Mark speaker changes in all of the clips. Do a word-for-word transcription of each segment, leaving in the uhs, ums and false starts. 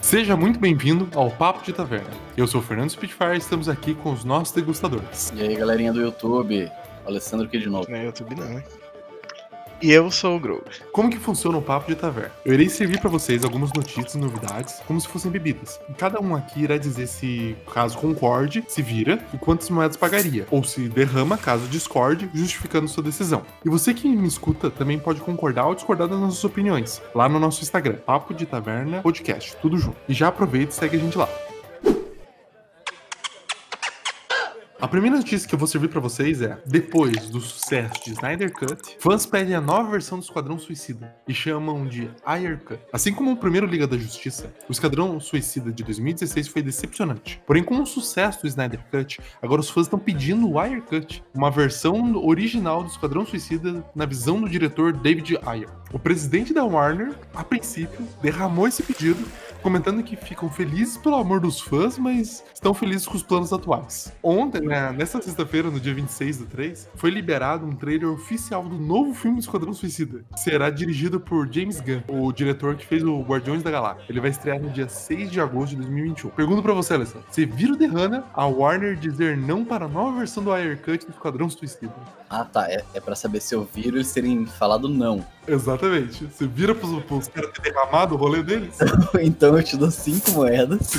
Speaker 1: Seja muito bem-vindo ao Papo de Taverna. Eu sou o Fernando Spitfire e estamos aqui com os nossos degustadores.
Speaker 2: E aí, galerinha do YouTube, Alessandro aqui de novo.
Speaker 3: Não é YouTube não, hein? E eu sou o Groove.
Speaker 1: Como que funciona o Papo de Taverna? Eu irei servir para vocês algumas notícias e novidades, como se fossem bebidas. E cada um aqui irá dizer se, caso concorde, se vira e quantas moedas pagaria. Ou se derrama, caso discorde, justificando sua decisão. E você que me escuta também pode concordar ou discordar das nossas opiniões, lá no nosso Instagram, Papo de Taverna Podcast, tudo junto. E já aproveita e segue a gente lá. A primeira notícia que eu vou servir pra vocês é: depois do sucesso de Snyder Cut, fãs pedem a nova versão do Esquadrão Suicida e chamam de Ayer Cut. Assim como o primeiro Liga da Justiça, o Esquadrão Suicida de dois mil e dezesseis foi decepcionante. Porém, com o sucesso do Snyder Cut, agora os fãs estão pedindo o Ayer Cut, uma versão original do Esquadrão Suicida na visão do diretor David Ayer. O presidente da Warner, a princípio, derramou esse pedido, comentando que ficam felizes pelo amor dos fãs, mas estão felizes com os planos atuais. Ontem, né, nessa sexta-feira, no dia vinte e seis do três, foi liberado um trailer oficial do novo filme Esquadrão Suicida. Será dirigido por James Gunn, o diretor que fez o Guardiões da Galáxia. Ele vai estrear no dia seis de agosto de dois mil e vinte e um. Pergunto pra você, Alessandro, você vira o Derrana a Warner dizer não para a nova versão do Ayer Cut do Esquadrão Suicida?
Speaker 2: Ah, tá. É, é pra saber se eu viro eles terem falado não.
Speaker 1: Exatamente. Você vira pros, pros caras terem derramado o rolê deles?
Speaker 2: Então eu te dou cinco moedas.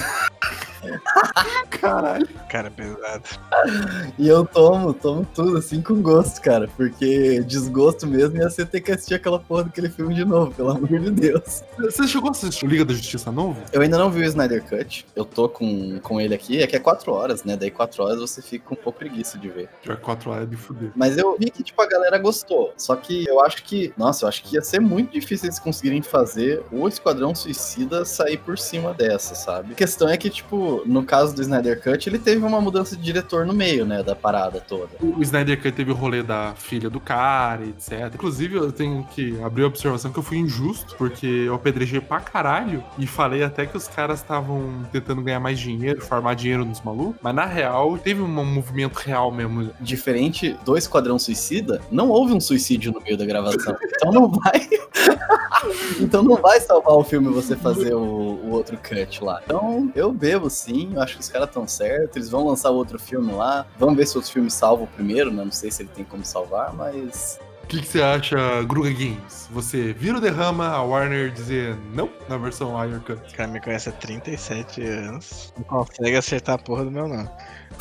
Speaker 1: Caralho.
Speaker 3: Cara, pesado.
Speaker 2: E eu tomo, tomo tudo assim com gosto, cara. Porque desgosto mesmo ia ser ter que assistir aquela porra daquele filme de novo, pelo amor de Deus.
Speaker 1: Você chegou a assistir o Liga da Justiça novo?
Speaker 2: Eu ainda não vi o Snyder Cut. Eu tô com, com ele aqui. É que é quatro horas, né? Daí quatro horas você fica com um pouco preguiça de ver.
Speaker 1: Já quatro horas de fuder.
Speaker 2: Mas eu vi que, tipo, a galera gostou. Só que eu acho que... Nossa, eu acho que ia ser muito difícil eles conseguirem fazer o Esquadrão Suicida sair por cima dessa, sabe? A questão é que, tipo, no caso do Snyder Cut, ele teve uma mudança de diretor no meio, né, da parada toda.
Speaker 1: O Snyder Cut teve o rolê da filha do cara, etcétera. Inclusive, eu tenho que abrir a observação que eu fui injusto, porque eu apedrejei pra caralho e falei até que os caras estavam tentando ganhar mais dinheiro, farmar dinheiro nos malucos, mas na real, teve um movimento real mesmo.
Speaker 2: Diferente do Esquadrão Suicida, não houve um suicídio no meio da gravação. Então não vai... então não vai salvar o filme você fazer o, o outro cut lá. Então, eu bebo sim, eu acho que os caras estão certos, eles vão lançar o outro filme lá, vamos ver se outro filme salva o primeiro, né? Não sei se ele tem como salvar, mas...
Speaker 1: O que, que você acha, Gruga Games? Você vira o Derrama a Warner dizer não na versão Ayer Cut?
Speaker 3: O cara me conhece há trinta e sete anos. Não consegue acertar a porra do meu nome.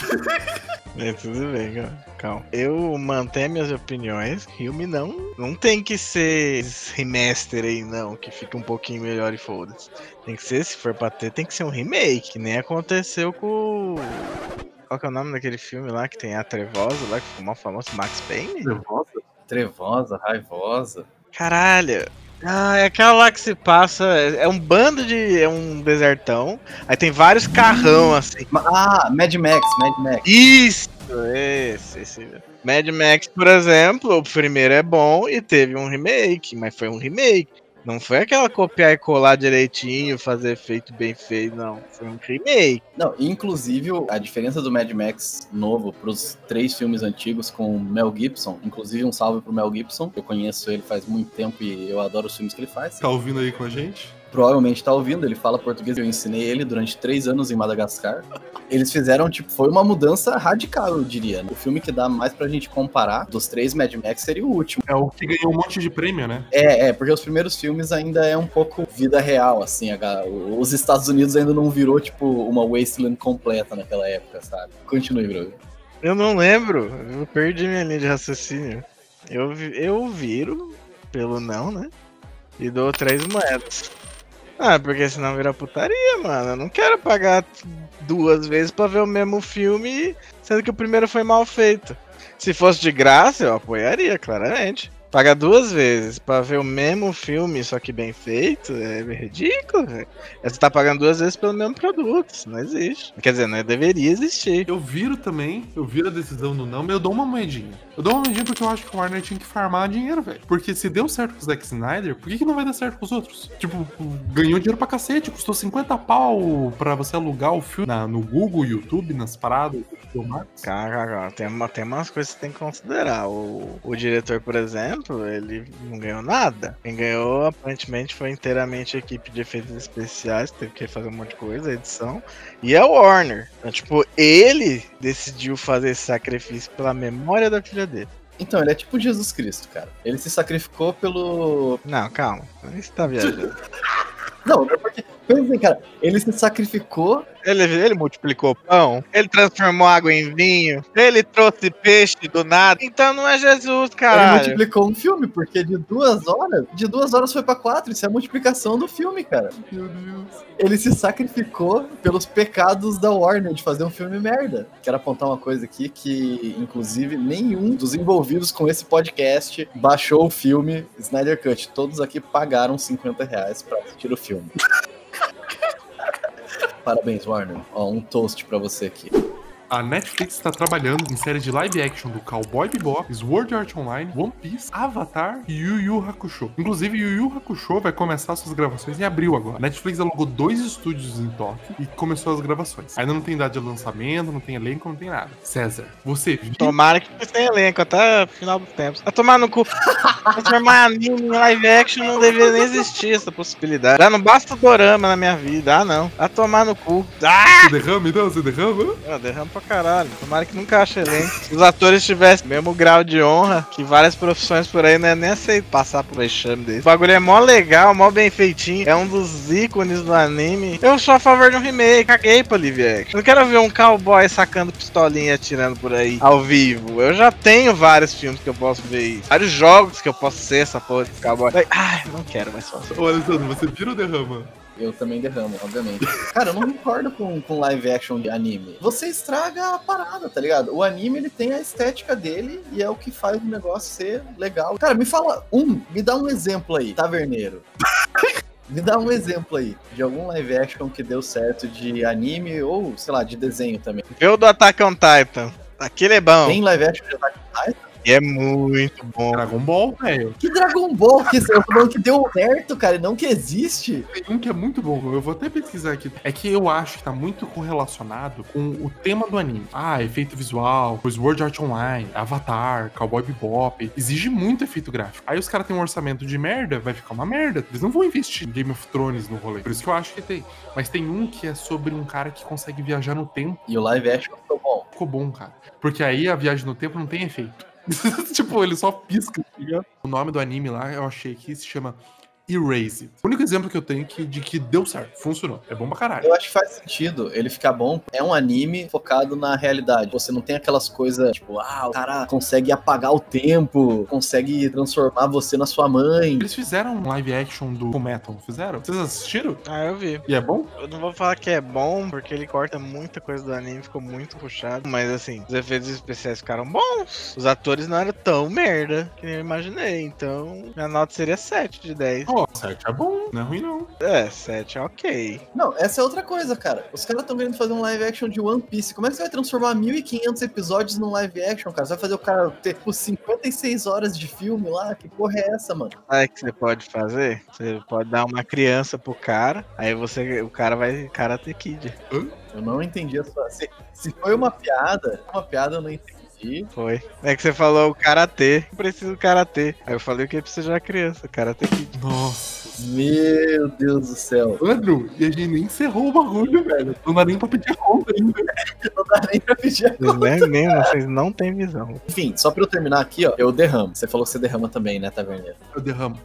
Speaker 3: É, tudo bem, cara. Calma. Eu mantenho minhas opiniões. Filme não. Não tem que ser remaster aí, não. Que fica um pouquinho melhor e foda-se. Tem que ser, se for pra ter, tem que ser um remake. Que nem aconteceu com... Qual que é o nome daquele filme lá que tem a Trevosa lá, que ficou mal famoso? Max Payne?
Speaker 2: Trevosa? Trevosa, raivosa.
Speaker 3: Caralho. Ah, é aquela lá que se passa. É um bando de. É um desertão. Aí tem vários carrão assim.
Speaker 2: Ah, Mad Max, Mad Max.
Speaker 3: Isso! Esse, esse. Mad Max, por exemplo, o primeiro é bom e teve um remake, mas foi um remake. Não foi aquela copiar e colar direitinho, fazer efeito bem feito, não. Foi um remake.
Speaker 2: Não, inclusive a diferença do Mad Max novo pros três filmes antigos com Mel Gibson, inclusive um salve pro Mel Gibson, eu conheço ele faz muito tempo e eu adoro os filmes que ele faz.
Speaker 1: Tá ouvindo aí com a gente?
Speaker 2: Provavelmente tá ouvindo, ele fala português, eu ensinei ele durante três anos em Madagascar. Eles fizeram, tipo, foi uma mudança radical, eu diria. O filme que dá mais pra gente comparar dos três Mad Max seria o último.
Speaker 1: É o que ganhou um monte de prêmio, né?
Speaker 2: É, é, porque os primeiros filmes ainda é um pouco vida real, assim, a, os Estados Unidos ainda não virou, tipo, uma wasteland completa naquela época, sabe? Continue, bro.
Speaker 3: Eu não lembro, eu perdi minha linha de raciocínio. Eu, eu viro pelo não, né? E dou três moedas. Ah, porque senão vira putaria, mano. Eu não quero pagar duas vezes pra ver o mesmo filme, sendo que o primeiro foi mal feito. Se fosse de graça, eu apoiaria, claramente. Pagar duas vezes pra ver o mesmo filme, só que bem feito, é ridículo, velho. Você tá pagando duas vezes pelo mesmo produto, isso não existe. Quer dizer, não deveria existir.
Speaker 1: Eu viro também, eu viro a decisão do não, mas eu dou uma moedinha. Eu dou uma moedinha porque eu acho que o Warner tinha que farmar dinheiro, velho. Porque se deu certo com o Zack Snyder, por que, que não vai dar certo com os outros? Tipo, ganhou dinheiro pra cacete, custou cinquenta pau pra você alugar o filme na, no Google, YouTube, nas paradas.
Speaker 3: Cara, cara, tem, uma, tem umas coisas que você tem que considerar. O, o diretor, por exemplo, exemplo, ele não ganhou nada. Quem ganhou, aparentemente, foi inteiramente a equipe de efeitos especiais, teve que fazer um monte de coisa, a edição, e a Warner. Então, tipo, ele decidiu fazer esse sacrifício pela memória da filha dele.
Speaker 2: Então, ele é tipo Jesus Cristo, cara. Ele se sacrificou pelo...
Speaker 3: Não, calma. Você tá viajando.
Speaker 2: Não, é porque... Pensa, cara, ele se sacrificou...
Speaker 3: Ele, ele multiplicou pão, ele transformou água em vinho, ele trouxe peixe do nada. Então não é Jesus, caralho.
Speaker 2: Ele multiplicou um filme, porque de duas horas, de duas horas foi pra quatro. Isso é a multiplicação do filme, cara. Meu Deus. Ele se sacrificou pelos pecados da Warner de fazer um filme merda. Quero apontar uma coisa aqui que, inclusive, nenhum dos envolvidos com esse podcast baixou o filme Snyder Cut. Todos aqui pagaram cinquenta reais pra assistir o filme. Parabéns, Warner. Ó, um toast pra você aqui.
Speaker 1: A Netflix está trabalhando em série de live action do Cowboy Bebop, Sword Art Online, One Piece, Avatar e Yu Yu Hakusho. Inclusive, Yu Yu Hakusho vai começar suas gravações em abril agora. A Netflix alugou dois estúdios em Tóquio e começou as gravações. Ainda não tem data de lançamento, não tem elenco, não tem nada. César, você viu?
Speaker 3: Tomara que fique sem elenco até o final dos tempos. Vai tomar no cu. Transformar anime em live action não deveria nem existir essa possibilidade. Já não basta dorama na minha vida. Ah, não. Vai tomar no cu. Ah!
Speaker 1: Você derrama então? Você derrama?
Speaker 3: Eu derramo pra caralho. Tomara que nunca ache elenco. Se os atores tivessem o mesmo grau de honra que várias profissões por aí, não é nem aceito passar por um exame desse. O bagulho é mó legal, mó bem feitinho. É um dos ícones do anime. Eu sou a favor de um remake. Caguei pra live action. Eu não quero ver um cowboy sacando pistolinha e atirando por aí ao vivo. Eu já tenho vários filmes que eu posso ver isso. Vários jogos que eu posso ser essa porra de cowboy. Ai, não quero mais fazer.
Speaker 1: Ô, Alessandro, você vira ou derrama?
Speaker 2: Eu também derramo, obviamente. Cara, eu não concordo com, com live action de anime. Você estraga a parada, tá ligado? O anime, ele tem a estética dele e é o que faz o negócio ser legal. Cara, me fala um, me dá um exemplo aí, taverneiro. Me dá um exemplo aí de algum live action que deu certo de anime ou, sei lá, de desenho também.
Speaker 3: Vê o do Attack on Titan. Aquele é bom.
Speaker 2: Tem live action de Attack on Titan?
Speaker 3: E é muito bom.
Speaker 1: Dragon Ball, velho.
Speaker 2: Que Dragon Ball? Que eu tô falando que deu certo, cara, e não que existe.
Speaker 1: Tem um que é muito bom, eu vou até pesquisar aqui. É que eu acho que tá muito correlacionado com o tema do anime. Ah, efeito visual, Sword Art Online, Avatar, Cowboy Bebop. Exige muito efeito gráfico. Aí os caras têm um orçamento de merda, vai ficar uma merda. Eles não vão investir em Game of Thrones no rolê. Por isso que eu acho que tem. Mas tem um que é sobre um cara que consegue viajar no tempo.
Speaker 2: E o live action ficou bom.
Speaker 1: Ficou bom, cara. Porque aí a viagem no tempo não tem efeito. Tipo, ele só pisca, tá ligado? O nome do anime lá, eu achei que se chama Erase It. O único exemplo que eu tenho que, de que deu certo, funcionou. É bom pra caralho.
Speaker 2: Eu acho que faz sentido ele ficar bom. É um anime focado na realidade. Você não tem aquelas coisas, tipo, ah, o cara consegue apagar o tempo, consegue transformar você na sua mãe.
Speaker 1: Eles fizeram um live action do Fullmetal, não fizeram? Vocês assistiram?
Speaker 3: Ah, eu vi.
Speaker 1: E é bom?
Speaker 3: Eu não vou falar que é bom, porque ele corta muita coisa do anime, ficou muito puxado. Mas assim, os efeitos especiais ficaram bons. Os atores não eram tão merda que eu imaginei. Então, minha nota seria sete de dez.
Speaker 1: Ó, oh, sete é bom, não é ruim não.
Speaker 3: É, sete é ok.
Speaker 2: Não, essa é outra coisa, cara. Os caras estão querendo fazer um live action de One Piece. Como é que você vai transformar mil e quinhentos episódios num live action, cara? Você vai fazer o cara ter, tipo, cinquenta e seis horas de filme lá? Que porra é essa, mano?
Speaker 3: Sabe o que você pode fazer? Você pode dar uma criança pro cara, aí você, o cara vai Karate Kid.
Speaker 1: Hã?
Speaker 2: Eu não entendi a sua... Se, se foi uma piada, uma piada eu não entendi.
Speaker 3: Foi. É que você falou o karatê. Preciso do karatê. Aí eu falei que precisa de uma criança, Karate Kid.
Speaker 1: Nossa.
Speaker 2: Meu Deus do céu.
Speaker 1: Andrew, e a gente nem encerrou o bagulho, velho. Não dá nem pra pedir a conta ainda.
Speaker 2: Não dá nem pra pedir a conta.
Speaker 3: Nem, nem, vocês não têm visão.
Speaker 2: Enfim, só pra eu terminar aqui, ó, eu derramo. Você falou que você derrama também, né, Taverneiro?
Speaker 1: Eu derramo.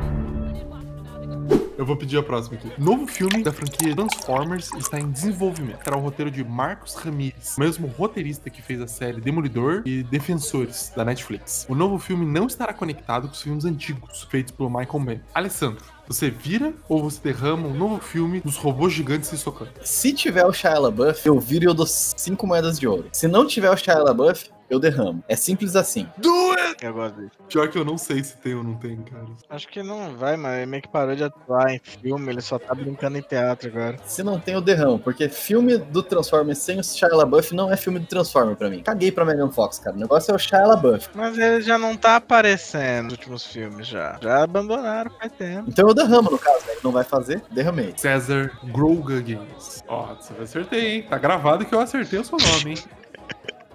Speaker 1: Eu vou pedir a próxima aqui. Novo filme da franquia Transformers está em desenvolvimento. Terá o roteiro de Marcos Ramírez, o mesmo roteirista que fez a série Demolidor e Defensores, da Netflix. O novo filme não estará conectado com os filmes antigos, feitos pelo Michael Mann. Alessandro, você vira ou você derrama um novo filme dos robôs gigantes se socando?
Speaker 2: Se tiver o Shia LaBeouf, eu viro e eu dou cinco moedas de ouro. Se não tiver o Shia LaBeouf, eu derramo. É simples assim.
Speaker 1: Do it!
Speaker 3: Eu gosto dele.
Speaker 1: Pior que eu não sei se tem ou não tem, cara.
Speaker 3: Acho que não vai, mas ele meio que parou de atuar em filme, ele só tá brincando em teatro agora.
Speaker 2: Se não tem, eu derramo. Porque filme do Transformers sem o Shia LaBeouf não é filme do Transformers pra mim. Caguei pra Megan Fox, cara. O negócio é o Shia LaBeouf.
Speaker 3: Mas ele já não tá aparecendo nos últimos filmes, já. Já abandonaram faz tempo.
Speaker 2: Então eu derramo, no caso, né? Ele não vai fazer, derramei.
Speaker 1: César Groga Games. Ó, você vai acertei, hein? Tá gravado que eu acertei o seu nome, hein?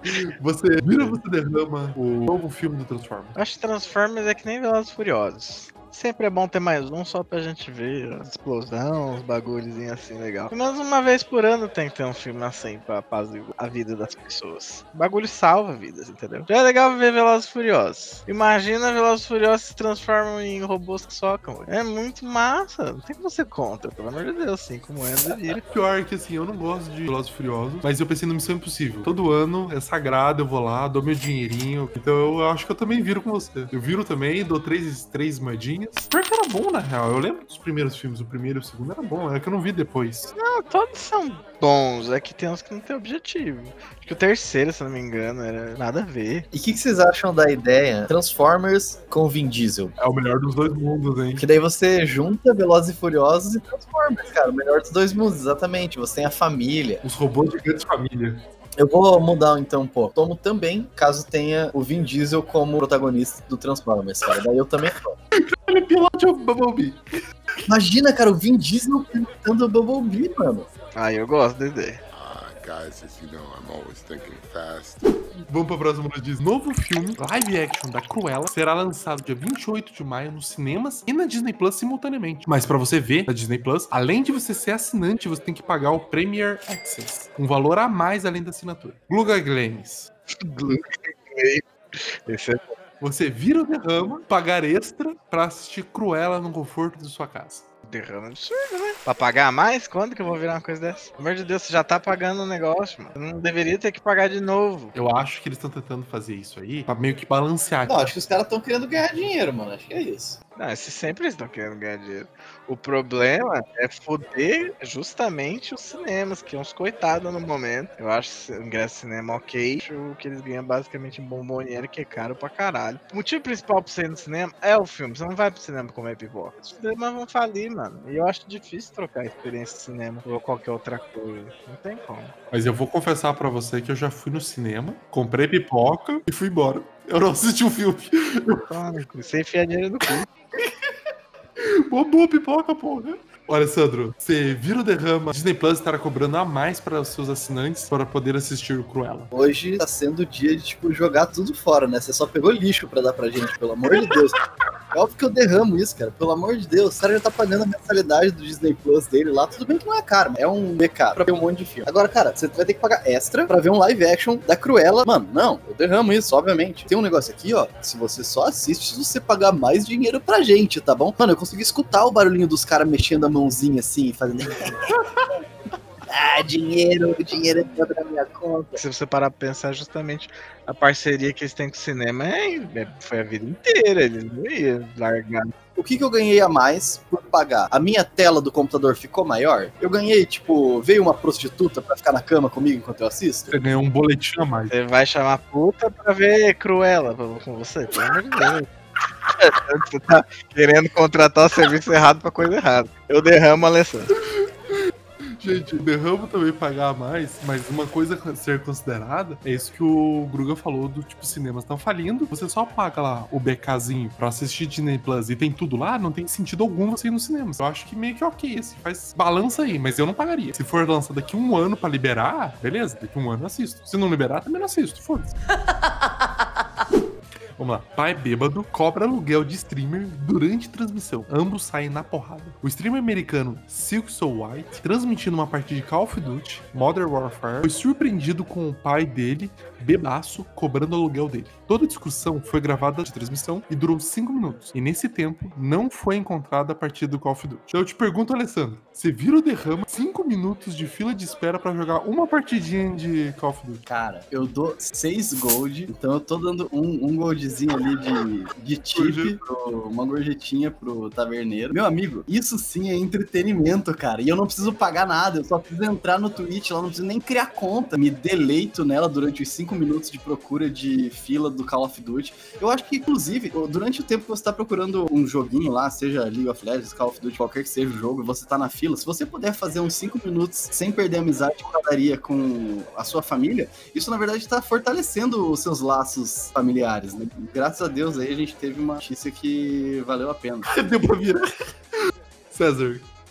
Speaker 1: Você vira ou você derrama o novo filme do Transformers?
Speaker 3: Acho que Transformers é que nem Velozes e Furiosos. Sempre é bom ter mais um só pra gente ver a explosão, os bagulhozinhos assim legal. Pelo menos uma vez por ano tem que ter um filme assim pra apaziguar a vida das pessoas. O bagulho salva vidas, entendeu? Já é legal ver Velozes e Furiosos. Imagina Velozes e Furiosos se transformam em robôs que socam. É muito massa. Não tem como você contra, pelo amor de Deus, assim, como é, vira.
Speaker 1: Pior que assim, eu não gosto de Velozes e Furiosos, mas eu pensei no Missão Impossível. Todo ano é sagrado, eu vou lá, dou meu dinheirinho. Então eu acho que eu também viro com você. Eu viro também, dou três, três moedinhas. Pior que era bom, na real. Eu lembro dos primeiros filmes. O primeiro e o segundo era bom. É que eu não vi depois.
Speaker 3: Não, todos são bons. É que tem uns que não tem objetivo. Acho que o terceiro, se não me engano, era nada a ver.
Speaker 2: E o que, que vocês acham da ideia Transformers com Vin Diesel?
Speaker 1: É o melhor dos dois mundos, hein?
Speaker 2: Que daí você junta Velozes e Furiosos e Transformers, cara. O melhor dos dois mundos, exatamente. Você tem a família.
Speaker 1: Os robôs de grande família.
Speaker 2: Eu vou mudar então um pouco. Tomo também, caso tenha o Vin Diesel como protagonista do Transformers, cara. Daí eu também tô.
Speaker 1: Ele pilote o Bumblebee.
Speaker 2: Imagina, cara, o Vin Diesel pilotando o Bumblebee, mano.
Speaker 3: Ah, eu gosto da ideia.
Speaker 4: Guys, as you know, I'm always thinking fast.
Speaker 1: Vamos pra próxima notícia. Novo filme, live action da Cruella, será lançado dia vinte e oito de maio nos cinemas e na Disney Plus simultaneamente. Mas pra você ver na Disney Plus, além de você ser assinante, você tem que pagar o Premier Access, um valor a mais além da assinatura. Gluga Glames.
Speaker 3: Esse é
Speaker 1: Você vira ou derrama, pagar extra pra assistir Cruella no conforto de sua casa.
Speaker 3: derrama absurdo, né? Pra pagar mais? Quando que eu vou virar uma coisa dessa? Pelo amor de Deus, você já tá pagando o negócio, mano. Você não deveria ter que pagar de novo.
Speaker 1: Eu acho que eles estão tentando fazer isso aí pra meio que balancear.
Speaker 2: Não, acho que os caras estão querendo ganhar dinheiro, mano. Acho que é isso.
Speaker 3: Não, esses sempre estão querendo ganhar dinheiro. O problema é foder justamente os cinemas, que são uns coitados no momento. Eu acho o ingresso de cinema ok. O que eles ganham basicamente em bomboniere, que é caro pra caralho. O motivo principal pra você ir no cinema é o filme. Você não vai pro cinema comer pipoca. Os cinemas vão falir, mano. E eu acho difícil trocar a experiência de cinema por qualquer outra coisa. Não tem como.
Speaker 1: Mas eu vou confessar pra você que eu já fui no cinema, comprei pipoca e fui embora. Eu não assisti o filme.
Speaker 3: Toma, você enfia dinheiro no cu.
Speaker 1: Bombou pipoca, porra. Ô, Alessandro, você vira o derrama. Disney Plus estará cobrando a mais para os seus assinantes para poder assistir o Cruella.
Speaker 2: Hoje tá sendo o dia de, tipo, jogar tudo fora, né? Você só pegou lixo pra dar pra gente, pelo amor de Deus. É óbvio que eu derramo isso, cara. Pelo amor de Deus. O cara já tá pagando a mensalidade do Disney Plus dele lá. Tudo bem que não é caro, mas é um B K pra ver um monte de filme. Agora, cara, você vai ter que pagar extra pra ver um live action da Cruella. Mano, não. Eu derramo isso, obviamente. Tem um negócio aqui, ó. Se você só assiste, se você pagar mais dinheiro pra gente, tá bom? Mano, eu consegui escutar o barulhinho dos caras mexendo a mãozinha assim, fazendo... Ah, dinheiro, dinheiro entra na minha conta.
Speaker 3: Se você parar pra pensar, justamente a parceria que eles têm com o cinema é, é- foi a vida inteira. Eles não iam largar.
Speaker 2: O que que eu ganhei a mais por pagar? A minha tela do computador ficou maior? Eu ganhei, tipo, veio uma prostituta pra ficar na cama comigo enquanto eu assisto?
Speaker 1: Você ganhou um boletim a mais.
Speaker 3: Você vai chamar puta pra ver Cruella com você? Pelo amor de Deus. Você tá querendo contratar o serviço errado pra coisa errada. Eu derramo, Alessandro.
Speaker 1: Gente, derramo também pagar a mais, mas uma coisa a ser considerada é isso que o Gruga falou do tipo, cinemas estão falindo, você só paga lá o BKzinho pra assistir Disney Plus e tem tudo lá, não tem sentido algum você ir no cinema. Eu acho que meio que ok, assim, faz balança aí, mas eu não pagaria. Se for lançar daqui um ano pra liberar, beleza, daqui um ano eu assisto. Se não liberar, também não assisto, foda-se. Vamos lá. Pai bêbado cobra aluguel de streamer durante transmissão. Ambos saem na porrada. O streamer americano Silk So White, transmitindo uma partida de Call of Duty Modern Warfare, foi surpreendido com o pai dele, bebaço, cobrando aluguel dele. Toda a discussão foi gravada de transmissão e durou cinco minutos. E nesse tempo, não foi encontrada a partida do Call of Duty. Então eu te pergunto, Alessandro, você vira o derrama cinco minutos de fila de espera pra jogar uma partidinha de Call of Duty?
Speaker 2: Cara, eu dou seis gold, então eu tô dando um, um goldzinho ali de, de tip, pro, uma gorjetinha pro taverneiro. Meu amigo, isso sim é entretenimento, cara. E eu não preciso pagar nada, eu só preciso entrar no Twitch, lá não preciso nem criar conta. Me deleito nela durante os cinco minutos de procura de fila do Call of Duty. Eu acho que, inclusive, durante o tempo que você tá procurando um joguinho lá, seja League of Legends, Call of Duty, qualquer que seja o jogo, e você tá na fila, se você puder fazer uns cinco minutos sem perder a amizade e padaria com a sua família, isso na verdade tá fortalecendo os seus laços familiares, né? Graças a Deus aí a gente teve uma notícia que valeu a pena.
Speaker 1: Deu pra virar. César,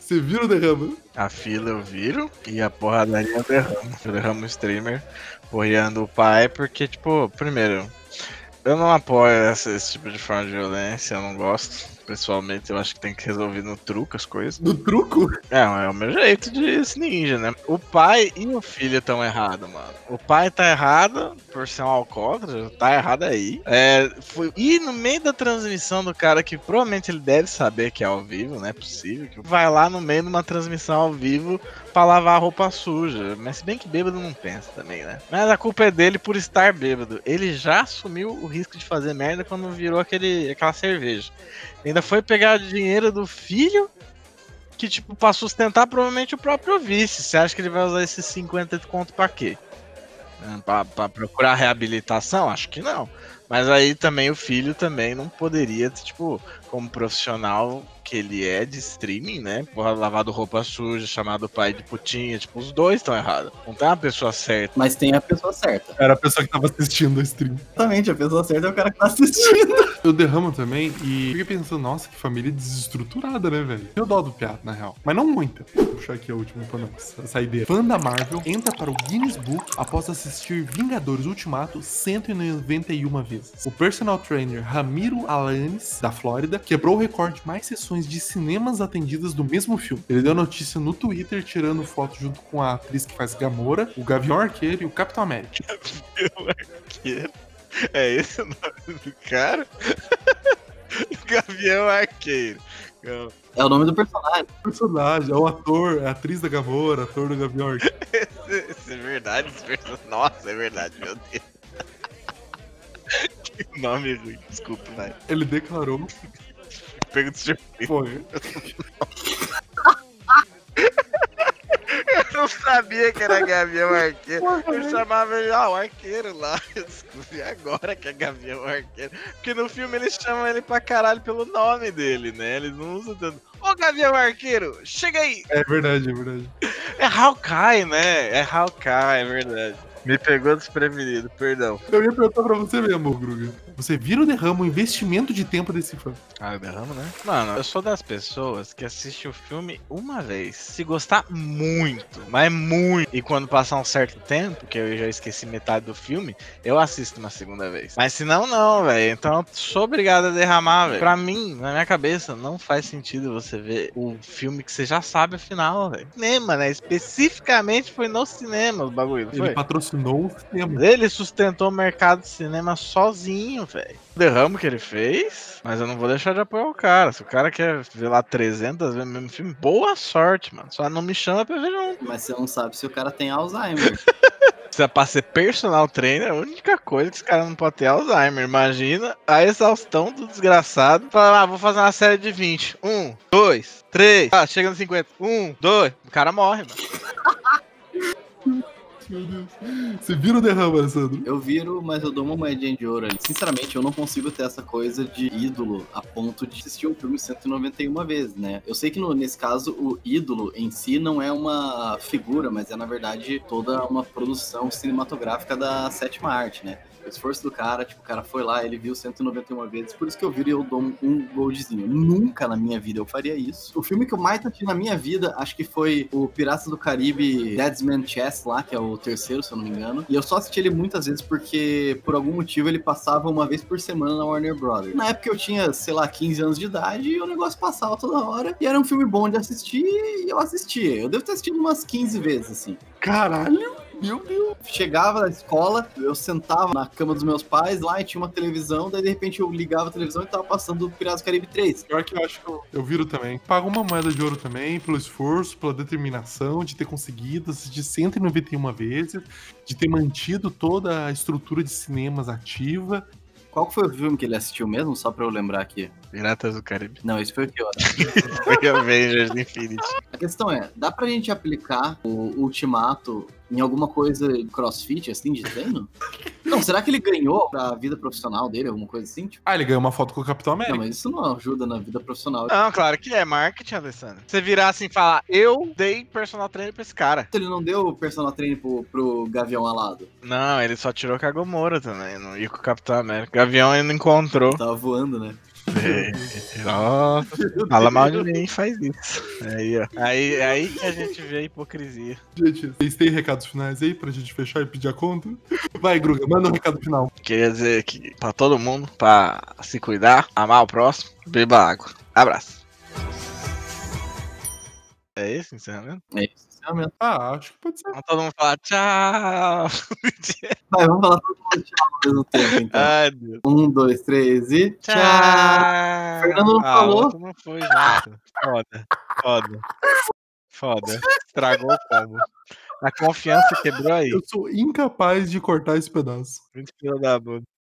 Speaker 1: Você viu o derrama?
Speaker 3: A fila eu viro e a porradaria eu derramo. Eu derramo o streamer, porreando o pai, porque, tipo, primeiro, eu não apoio essa, esse tipo de forma de violência, eu não gosto. Pessoalmente, eu acho que tem que resolver no truco as coisas.
Speaker 1: No truco?
Speaker 3: É, é o meu jeito de ninja, né? O pai e o filho estão errados, mano. O pai tá errado por ser um alcoólatra, tá errado aí. É, foi... E no meio da transmissão do cara, que provavelmente ele deve saber que é ao vivo, não é possível, que vai lá no meio de uma transmissão ao vivo pra lavar a roupa suja. Mas se bem que bêbado não pensa também, né? Mas a culpa é dele por estar bêbado. Ele já assumiu o risco de fazer merda quando virou aquele, aquela cerveja. Ainda foi pegar o dinheiro do filho, que, tipo, pra sustentar provavelmente o próprio vice. Você acha que ele vai usar esses cinquenta de conto pra quê? Pra, pra procurar reabilitação? Acho que não. Mas aí também o filho também não poderia, tipo, como profissional que ele é de streaming, né? Porra, lavado roupa suja, chamado pai de putinha, tipo, os dois estão errados. Não tem uma pessoa certa.
Speaker 2: Mas tem a pessoa certa.
Speaker 1: Era a pessoa que tava assistindo a stream.
Speaker 2: Exatamente, a pessoa certa é o cara que tá assistindo.
Speaker 1: Eu derramo também e fiquei pensando, nossa, que família desestruturada, né, velho? Eu dó do piado, na real. Mas não muita. Vou puxar aqui a última pra nós. Essa ideia. Fã da Marvel entra para o Guinness Book após assistir Vingadores Ultimato cento e noventa e uma vezes. O personal trainer Ramiro Alanis, da Flórida, quebrou o recorde de mais sessões de cinemas atendidas do mesmo filme. Ele deu notícia no Twitter, tirando foto junto com a atriz que faz Gamora, o Gavião Arqueiro e o Capitão América.
Speaker 3: Gavião Arqueiro? É esse o nome do cara? Gavião Arqueiro.
Speaker 2: É o nome do personagem.
Speaker 1: O personagem, é o ator, é a atriz da Gamora, ator do Gavião Arqueiro.
Speaker 3: Esse, esse é verdade, esse person... Nossa, é verdade, meu Deus. Que nome ruim, desculpa, né?
Speaker 1: Ele declarou.
Speaker 3: Pego de surpresa.
Speaker 1: Porra.
Speaker 3: Eu não sabia que era Gavião Arqueiro. Eu chamava ele, ó, o arqueiro lá. Eu descobri agora que é Gavião Arqueiro. Porque no filme eles chamam ele pra caralho pelo nome dele, né? Eles não usam tanto. Ô, Gavião Arqueiro, chega aí!
Speaker 1: É verdade, é verdade.
Speaker 3: É Hawkeye, né? É Hawkeye, é verdade. Me pegou desprevenido, perdão.
Speaker 1: Eu ia perguntar pra você mesmo, Gruga. Você vira o derrama o investimento de tempo desse fã?
Speaker 3: Ah, eu derramo, né? Mano, eu sou das pessoas que assistem o filme uma vez. Se gostar muito, mas muito. E quando passar um certo tempo, que eu já esqueci metade do filme, eu assisto uma segunda vez. Mas se não, não, velho. Então eu sou obrigado a derramar, velho. Pra mim, na minha cabeça, não faz sentido você ver o filme que você já sabe o final, velho. Cinema, né? Especificamente foi no cinema o bagulho,
Speaker 1: Ele
Speaker 3: foi?
Speaker 1: patrocinou o cinema.
Speaker 3: Ele sustentou o mercado de cinema sozinho, velho. O derramo que ele fez, mas eu não vou deixar de apoiar o cara. Se o cara quer ver lá trezentas vezes o mesmo filme, boa sorte, mano. Só não me chama pra ver junto.
Speaker 2: Mas você não sabe se o cara tem Alzheimer.
Speaker 3: Se é pra ser personal trainer, a única coisa que esse cara não pode ter é Alzheimer. Imagina a exaustão do desgraçado. Fala, ah, vou fazer uma série de vinte. Um, dois, três. Ah, chega no cinquenta. Um, dois. O cara morre, mano.
Speaker 1: Meu Deus. Você vira o derrama, Alessandro?
Speaker 2: Eu viro, mas eu dou uma moedinha de ouro ali. Sinceramente, eu não consigo ter essa coisa de ídolo a ponto de assistir um filme cento e noventa e uma vezes, né? Eu sei que no, nesse caso o ídolo em si não é uma figura, mas é na verdade toda uma produção cinematográfica da sétima arte, né? O esforço do cara, tipo, o cara foi lá, ele viu cento e noventa e uma vezes, por isso que eu viro e eu dou um, um goldzinho. Nunca na minha vida eu faria isso. O filme que eu mais assisti na minha vida, acho que foi o Piratas do Caribe Dead Man's Chest lá, que é o terceiro, se eu não me engano. E eu só assisti ele muitas vezes porque, por algum motivo, ele passava uma vez por semana na Warner Brothers. Na época eu tinha, sei lá, quinze anos de idade e o negócio passava toda hora. E era um filme bom de assistir e eu assistia. Eu devo ter assistido umas quinze vezes, assim.
Speaker 1: Caralho! Meu Deus!
Speaker 2: Chegava da escola, eu sentava na cama dos meus pais lá e tinha uma televisão, daí de repente eu ligava a televisão e tava passando o Piratas do Caribe três.
Speaker 1: Pior que eu acho que eu, eu viro também. Pago uma moeda de ouro também pelo esforço, pela determinação de ter conseguido assistir cento e noventa e uma vezes, de ter mantido toda a estrutura de cinemas ativa.
Speaker 2: Qual que foi o filme que ele assistiu mesmo? Só pra eu lembrar aqui.
Speaker 3: Piratas do Caribe.
Speaker 2: Não, esse foi o que eu
Speaker 3: Foi Avengers Infinity.
Speaker 2: A questão é, dá pra gente aplicar o Ultimato em alguma coisa de crossfit, assim, de treino? Não, será que ele ganhou pra vida profissional dele, alguma coisa assim? Tipo?
Speaker 1: Ah, ele ganhou uma foto com o Capitão América.
Speaker 2: Não, mas isso não ajuda na vida profissional.
Speaker 3: Não, claro que é marketing, Alessandro. Você virar assim e falar, eu dei personal trainer pra esse cara.
Speaker 2: Ele não deu o personal training pro, pro Gavião Alado?
Speaker 3: Não, ele só tirou com a Gamora também, não ia com o Capitão América. O Gavião ele não encontrou.
Speaker 2: Tava voando, né?
Speaker 3: É, nossa, fala mal de mim, faz isso. Aí, ó. Aí, aí que a gente vê a hipocrisia.
Speaker 1: Gente, vocês têm recados finais aí pra gente fechar e pedir a conta? Vai, Gruga, manda um recado final.
Speaker 3: Queria dizer que pra todo mundo, pra se cuidar, amar o próximo, beba água. Abraço. É esse encerramento?
Speaker 2: É isso, encerramento.
Speaker 1: Ah, acho que pode ser.
Speaker 3: Vamos todo mundo falar tchau.
Speaker 2: Vai, vamos falar todo mundo tchau ao mesmo tempo, então.
Speaker 3: Ai, Deus.
Speaker 2: Um, dois, três e
Speaker 3: Tchau.
Speaker 2: tchau! Fernando não
Speaker 3: ah,
Speaker 2: falou.
Speaker 3: outro não foi junto. Foda, foda. Foda. Estragou o combo. A confiança quebrou aí.
Speaker 1: Eu sou incapaz de cortar esse pedaço.
Speaker 3: Muito filho da puta.